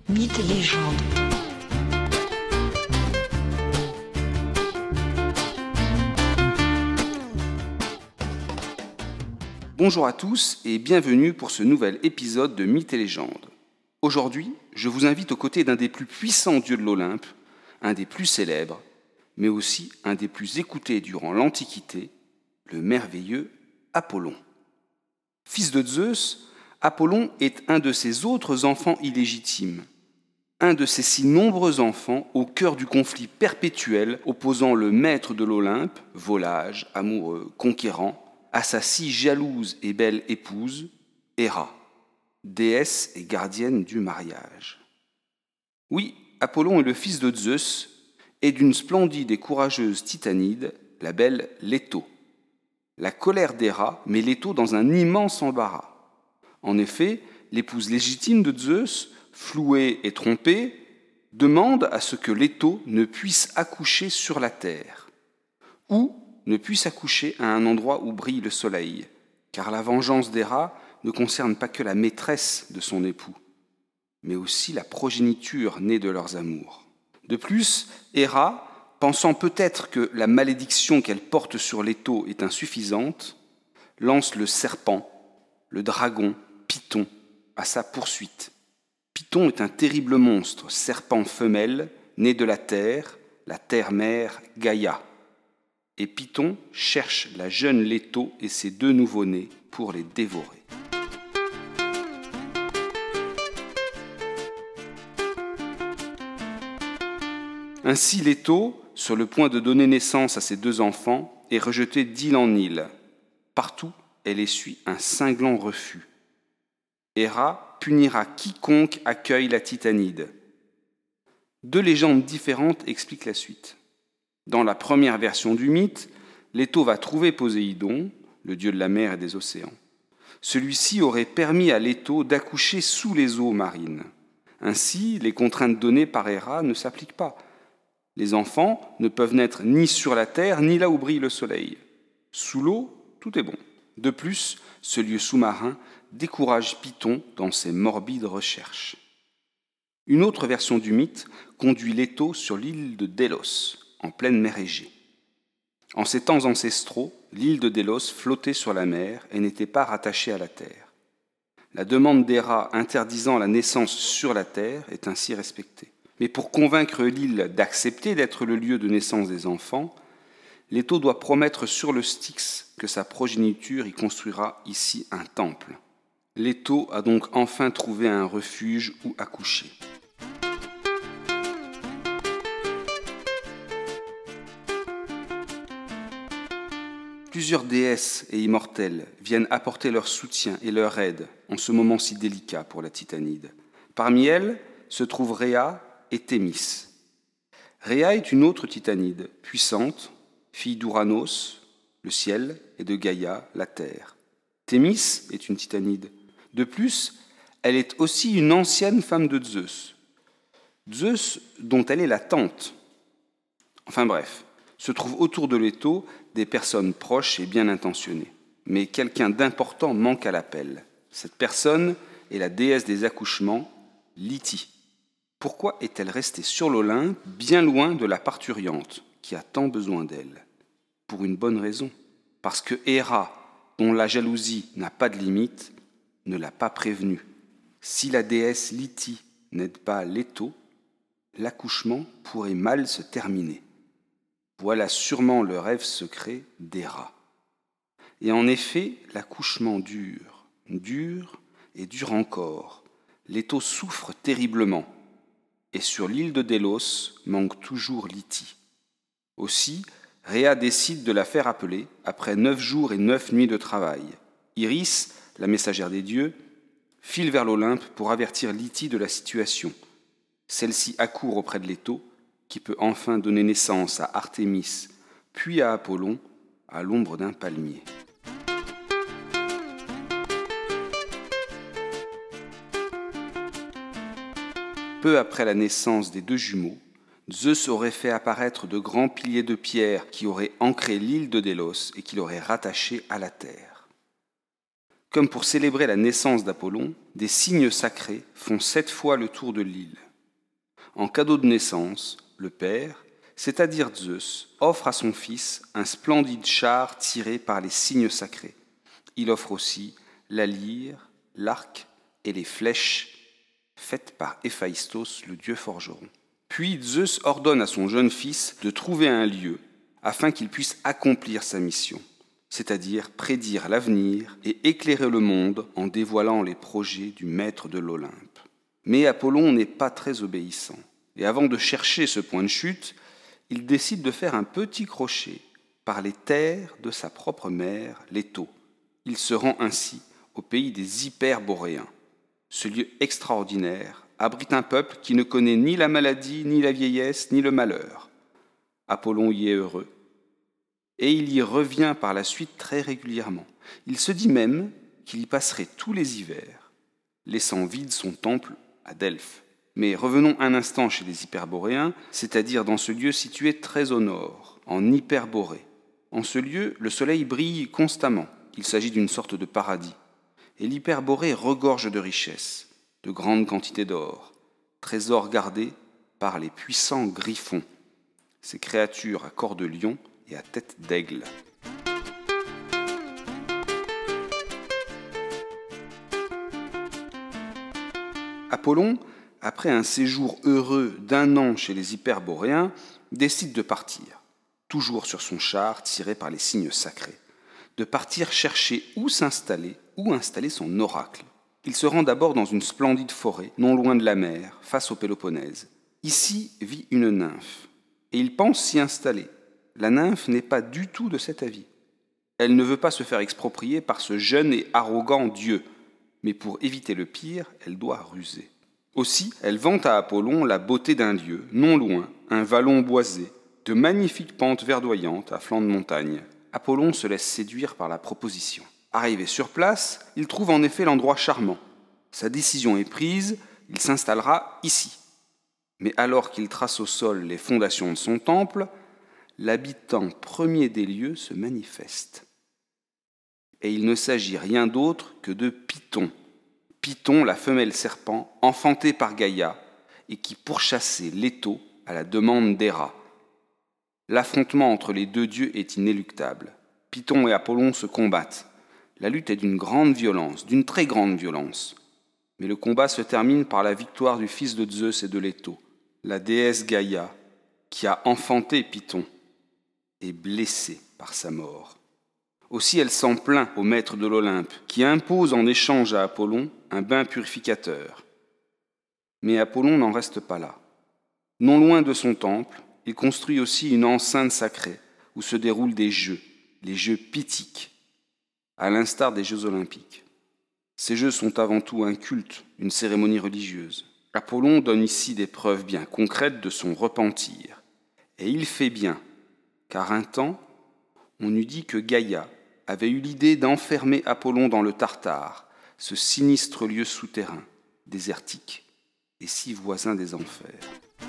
Mythes et légendes. Bonjour à tous et bienvenue pour ce nouvel épisode de Mythes et légendes. Aujourd'hui, je vous invite aux côtés d'un des plus puissants dieux de l'Olympe, un des plus célèbres, mais aussi un des plus écoutés durant l'Antiquité, le merveilleux Apollon. Fils de Zeus, Apollon est un de ses autres enfants illégitimes, un de ces si nombreux enfants au cœur du conflit perpétuel opposant le maître de l'Olympe, volage, amoureux, conquérant, à sa si jalouse et belle épouse, Héra, déesse et gardienne du mariage. Oui, Apollon est le fils de Zeus et d'une splendide et courageuse titanide, la belle Leto. La colère d'Héra met Leto dans un immense embarras. En effet, l'épouse légitime de Zeus, flouée et trompée, demande à ce que Leto ne puisse accoucher sur la terre, ou ne puisse accoucher à un endroit où brille le soleil, car la vengeance d'Héra ne concerne pas que la maîtresse de son époux, mais aussi la progéniture née de leurs amours. De plus, Héra, pensant peut-être que la malédiction qu'elle porte sur Leto est insuffisante, lance le serpent, le dragon, Python, à sa poursuite. Python est un terrible monstre, serpent femelle, né de la terre mère Gaïa. Et Python cherche la jeune Leto et ses deux nouveau-nés pour les dévorer. Ainsi Leto, sur le point de donner naissance à ses deux enfants, est rejetée d'île en île. Partout, elle essuie un cinglant refus. Héra punira quiconque accueille la titanide. Deux légendes différentes expliquent la suite. Dans la première version du mythe, Leto va trouver Poséidon, le dieu de la mer et des océans. Celui-ci aurait permis à Leto d'accoucher sous les eaux marines. Ainsi, les contraintes données par Héra ne s'appliquent pas. Les enfants ne peuvent naître ni sur la terre, ni là où brille le soleil. Sous l'eau, tout est bon. De plus, ce lieu sous-marin décourage Python dans ses morbides recherches. Une autre version du mythe conduit Leto sur l'île de Délos, en pleine mer Égée. En ces temps ancestraux, l'île de Délos flottait sur la mer et n'était pas rattachée à la terre. La demande d'Héra interdisant la naissance sur la terre est ainsi respectée. Mais pour convaincre l'île d'accepter d'être le lieu de naissance des enfants, Leto doit promettre sur le Styx que sa progéniture y construira ici un temple. Leto a donc enfin trouvé un refuge où accoucher. Plusieurs déesses et immortelles viennent apporter leur soutien et leur aide en ce moment si délicat pour la titanide. Parmi elles se trouvent Rhéa et Thémis. Rhéa est une autre titanide, puissante, fille d'Ouranos, le ciel, et de Gaïa, la terre. Thémis est une titanide. De plus, elle est aussi une ancienne femme de Zeus. Zeus dont elle est la tante. Enfin bref, se trouvent autour de Leto des personnes proches et bien intentionnées. Mais quelqu'un d'important manque à l'appel. Cette personne est la déesse des accouchements, Lytie. Pourquoi est-elle restée sur l'Olympe, bien loin de la parturiente, qui a tant besoin d'elle? Pour une bonne raison. Parce que Héra, dont la jalousie n'a pas de limite, ne l'a pas prévenue. Si la déesse Lytie n'aide pas Leto, l'accouchement pourrait mal se terminer. Voilà sûrement le rêve secret d'Héra. Et en effet, l'accouchement dure et dure encore. Leto souffre terriblement. Et sur l'île de Délos manque toujours Lytie. Aussi, Rhéa décide de la faire appeler après 9 jours et 9 nuits de travail. Iris, la messagère des dieux, file vers l'Olympe pour avertir Lytie de la situation. Celle-ci accourt auprès de Leto, qui peut enfin donner naissance à Artémis, puis à Apollon, à l'ombre d'un palmier. Peu après la naissance des deux jumeaux, Zeus aurait fait apparaître de grands piliers de pierre qui auraient ancré l'île de Délos et qui l'auraient rattachée à la terre. Comme pour célébrer la naissance d'Apollon, des cygnes sacrés font 7 fois le tour de l'île. En cadeau de naissance, le père, c'est-à-dire Zeus, offre à son fils un splendide char tiré par les cygnes sacrés. Il offre aussi la lyre, l'arc et les flèches faites par Héphaïstos, le dieu forgeron. Puis Zeus ordonne à son jeune fils de trouver un lieu afin qu'il puisse accomplir sa mission, c'est-à-dire prédire l'avenir et éclairer le monde en dévoilant les projets du maître de l'Olympe. Mais Apollon n'est pas très obéissant, et avant de chercher ce point de chute, il décide de faire un petit crochet par les terres de sa propre mère, Léto. Il se rend ainsi au pays des Hyperboréens. Ce lieu extraordinaire abrite un peuple qui ne connaît ni la maladie, ni la vieillesse, ni le malheur. Apollon y est heureux, et il y revient par la suite très régulièrement. Il se dit même qu'il y passerait tous les hivers, laissant vide son temple à Delphes. Mais revenons un instant chez les Hyperboréens, c'est-à-dire dans ce lieu situé très au nord, en Hyperborée. En ce lieu, le soleil brille constamment. Il s'agit d'une sorte de paradis. Et l'Hyperborée regorge de richesses, de grandes quantités d'or, trésors gardés par les puissants griffons, ces créatures à corps de lion et à tête d'aigle. Apollon, après un séjour heureux d'1 an chez les Hyperboréens, décide de partir, toujours sur son char tiré par les cygnes sacrés, de partir chercher où s'installer, où installer son oracle. Il se rend d'abord dans une splendide forêt, non loin de la mer, face au Péloponnèse. Ici vit une nymphe, et il pense s'y installer. La nymphe n'est pas du tout de cet avis. Elle ne veut pas se faire exproprier par ce jeune et arrogant dieu, mais pour éviter le pire, elle doit ruser. Aussi, elle vante à Apollon la beauté d'un lieu, non loin, un vallon boisé, de magnifiques pentes verdoyantes à flanc de montagne. Apollon se laisse séduire par la proposition. Arrivé sur place, il trouve en effet l'endroit charmant. Sa décision est prise, il s'installera ici. Mais alors qu'il trace au sol les fondations de son temple, l'habitant premier des lieux se manifeste. Et il ne s'agit rien d'autre que de Python. Python, la femelle serpent, enfantée par Gaïa, et qui pourchassait Léto à la demande d'Héra. L'affrontement entre les deux dieux est inéluctable. Python et Apollon se combattent. La lutte est d'une grande violence, d'une très grande violence. Mais le combat se termine par la victoire du fils de Zeus et de Léto, la déesse Gaïa, qui a enfanté Python, est blessée par sa mort. Aussi elle s'en plaint au maître de l'Olympe, qui impose en échange à Apollon un bain purificateur. Mais Apollon n'en reste pas là. Non loin de son temple, il construit aussi une enceinte sacrée où se déroulent des jeux, les jeux pythiques, à l'instar des Jeux olympiques. Ces jeux sont avant tout un culte, une cérémonie religieuse. Apollon donne ici des preuves bien concrètes de son repentir. Et il fait bien, car un temps, on eût dit que Gaïa avait eu l'idée d'enfermer Apollon dans le Tartare, ce sinistre lieu souterrain, désertique et si voisin des enfers.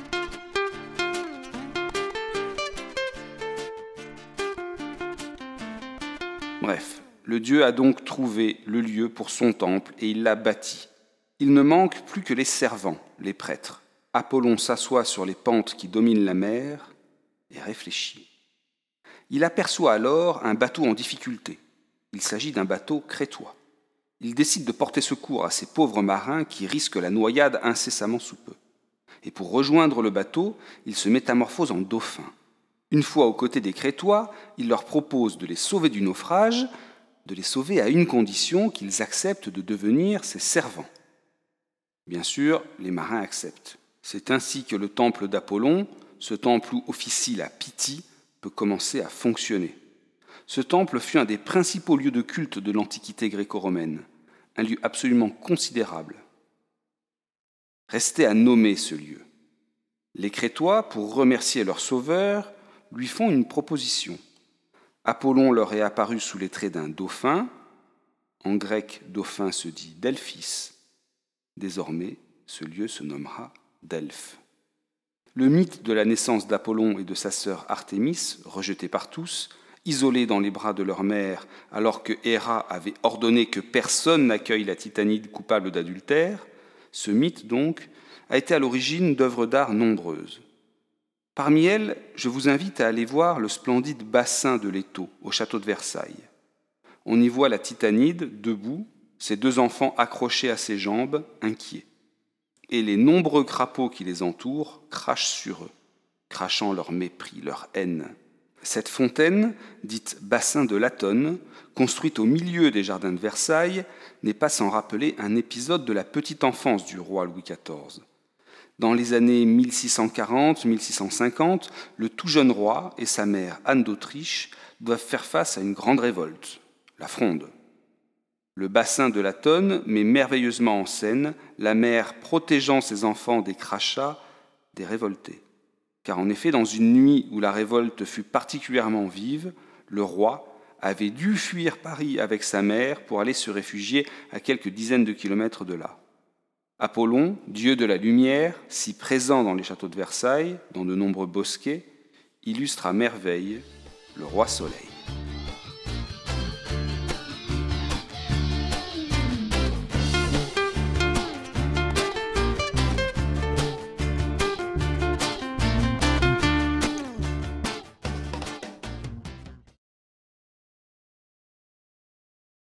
Bref, le dieu a donc trouvé le lieu pour son temple et il l'a bâti. Il ne manque plus que les servants, les prêtres. Apollon s'assoit sur les pentes qui dominent la mer et réfléchit. Il aperçoit alors un bateau en difficulté. Il s'agit d'un bateau crétois. Il décide de porter secours à ces pauvres marins qui risquent la noyade incessamment sous peu. Et pour rejoindre le bateau, il se métamorphose en dauphin. Une fois aux côtés des Crétois, il leur propose de les sauver du naufrage, de les sauver à une condition, qu'ils acceptent de devenir ses servants. Bien sûr, les marins acceptent. C'est ainsi que le temple d'Apollon, ce temple où officie la Pythie, peut commencer à fonctionner. Ce temple fut un des principaux lieux de culte de l'Antiquité gréco-romaine, un lieu absolument considérable. Restait à nommer ce lieu. Les Crétois, pour remercier leur sauveur, lui font une proposition. Apollon leur est apparu sous les traits d'un dauphin. En grec, dauphin se dit Delphis. Désormais, ce lieu se nommera Delphes. Le mythe de la naissance d'Apollon et de sa sœur Artémis, rejeté par tous, isolés dans les bras de leur mère, alors que Héra avait ordonné que personne n'accueille la Titanide coupable d'adultère, ce mythe, donc, a été à l'origine d'œuvres d'art nombreuses. Parmi elles, je vous invite à aller voir le splendide bassin de Leto, au château de Versailles. On y voit la Titanide, debout, ses 2 enfants accrochés à ses jambes, inquiets. Et les nombreux crapauds qui les entourent crachent sur eux, crachant leur mépris, leur haine. Cette fontaine, dite bassin de Latone, construite au milieu des jardins de Versailles, n'est pas sans rappeler un épisode de la petite enfance du roi Louis XIV. Dans les années 1640-1650, le tout jeune roi et sa mère Anne d'Autriche doivent faire face à une grande révolte, la Fronde. Le bassin de Latone met merveilleusement en scène la mère protégeant ses enfants des crachats des révoltés. Car en effet, dans une nuit où la révolte fut particulièrement vive, le roi avait dû fuir Paris avec sa mère pour aller se réfugier à quelques dizaines de kilomètres de là. Apollon, dieu de la lumière, si présent dans les châteaux de Versailles, dans de nombreux bosquets, illustre à merveille le roi Soleil.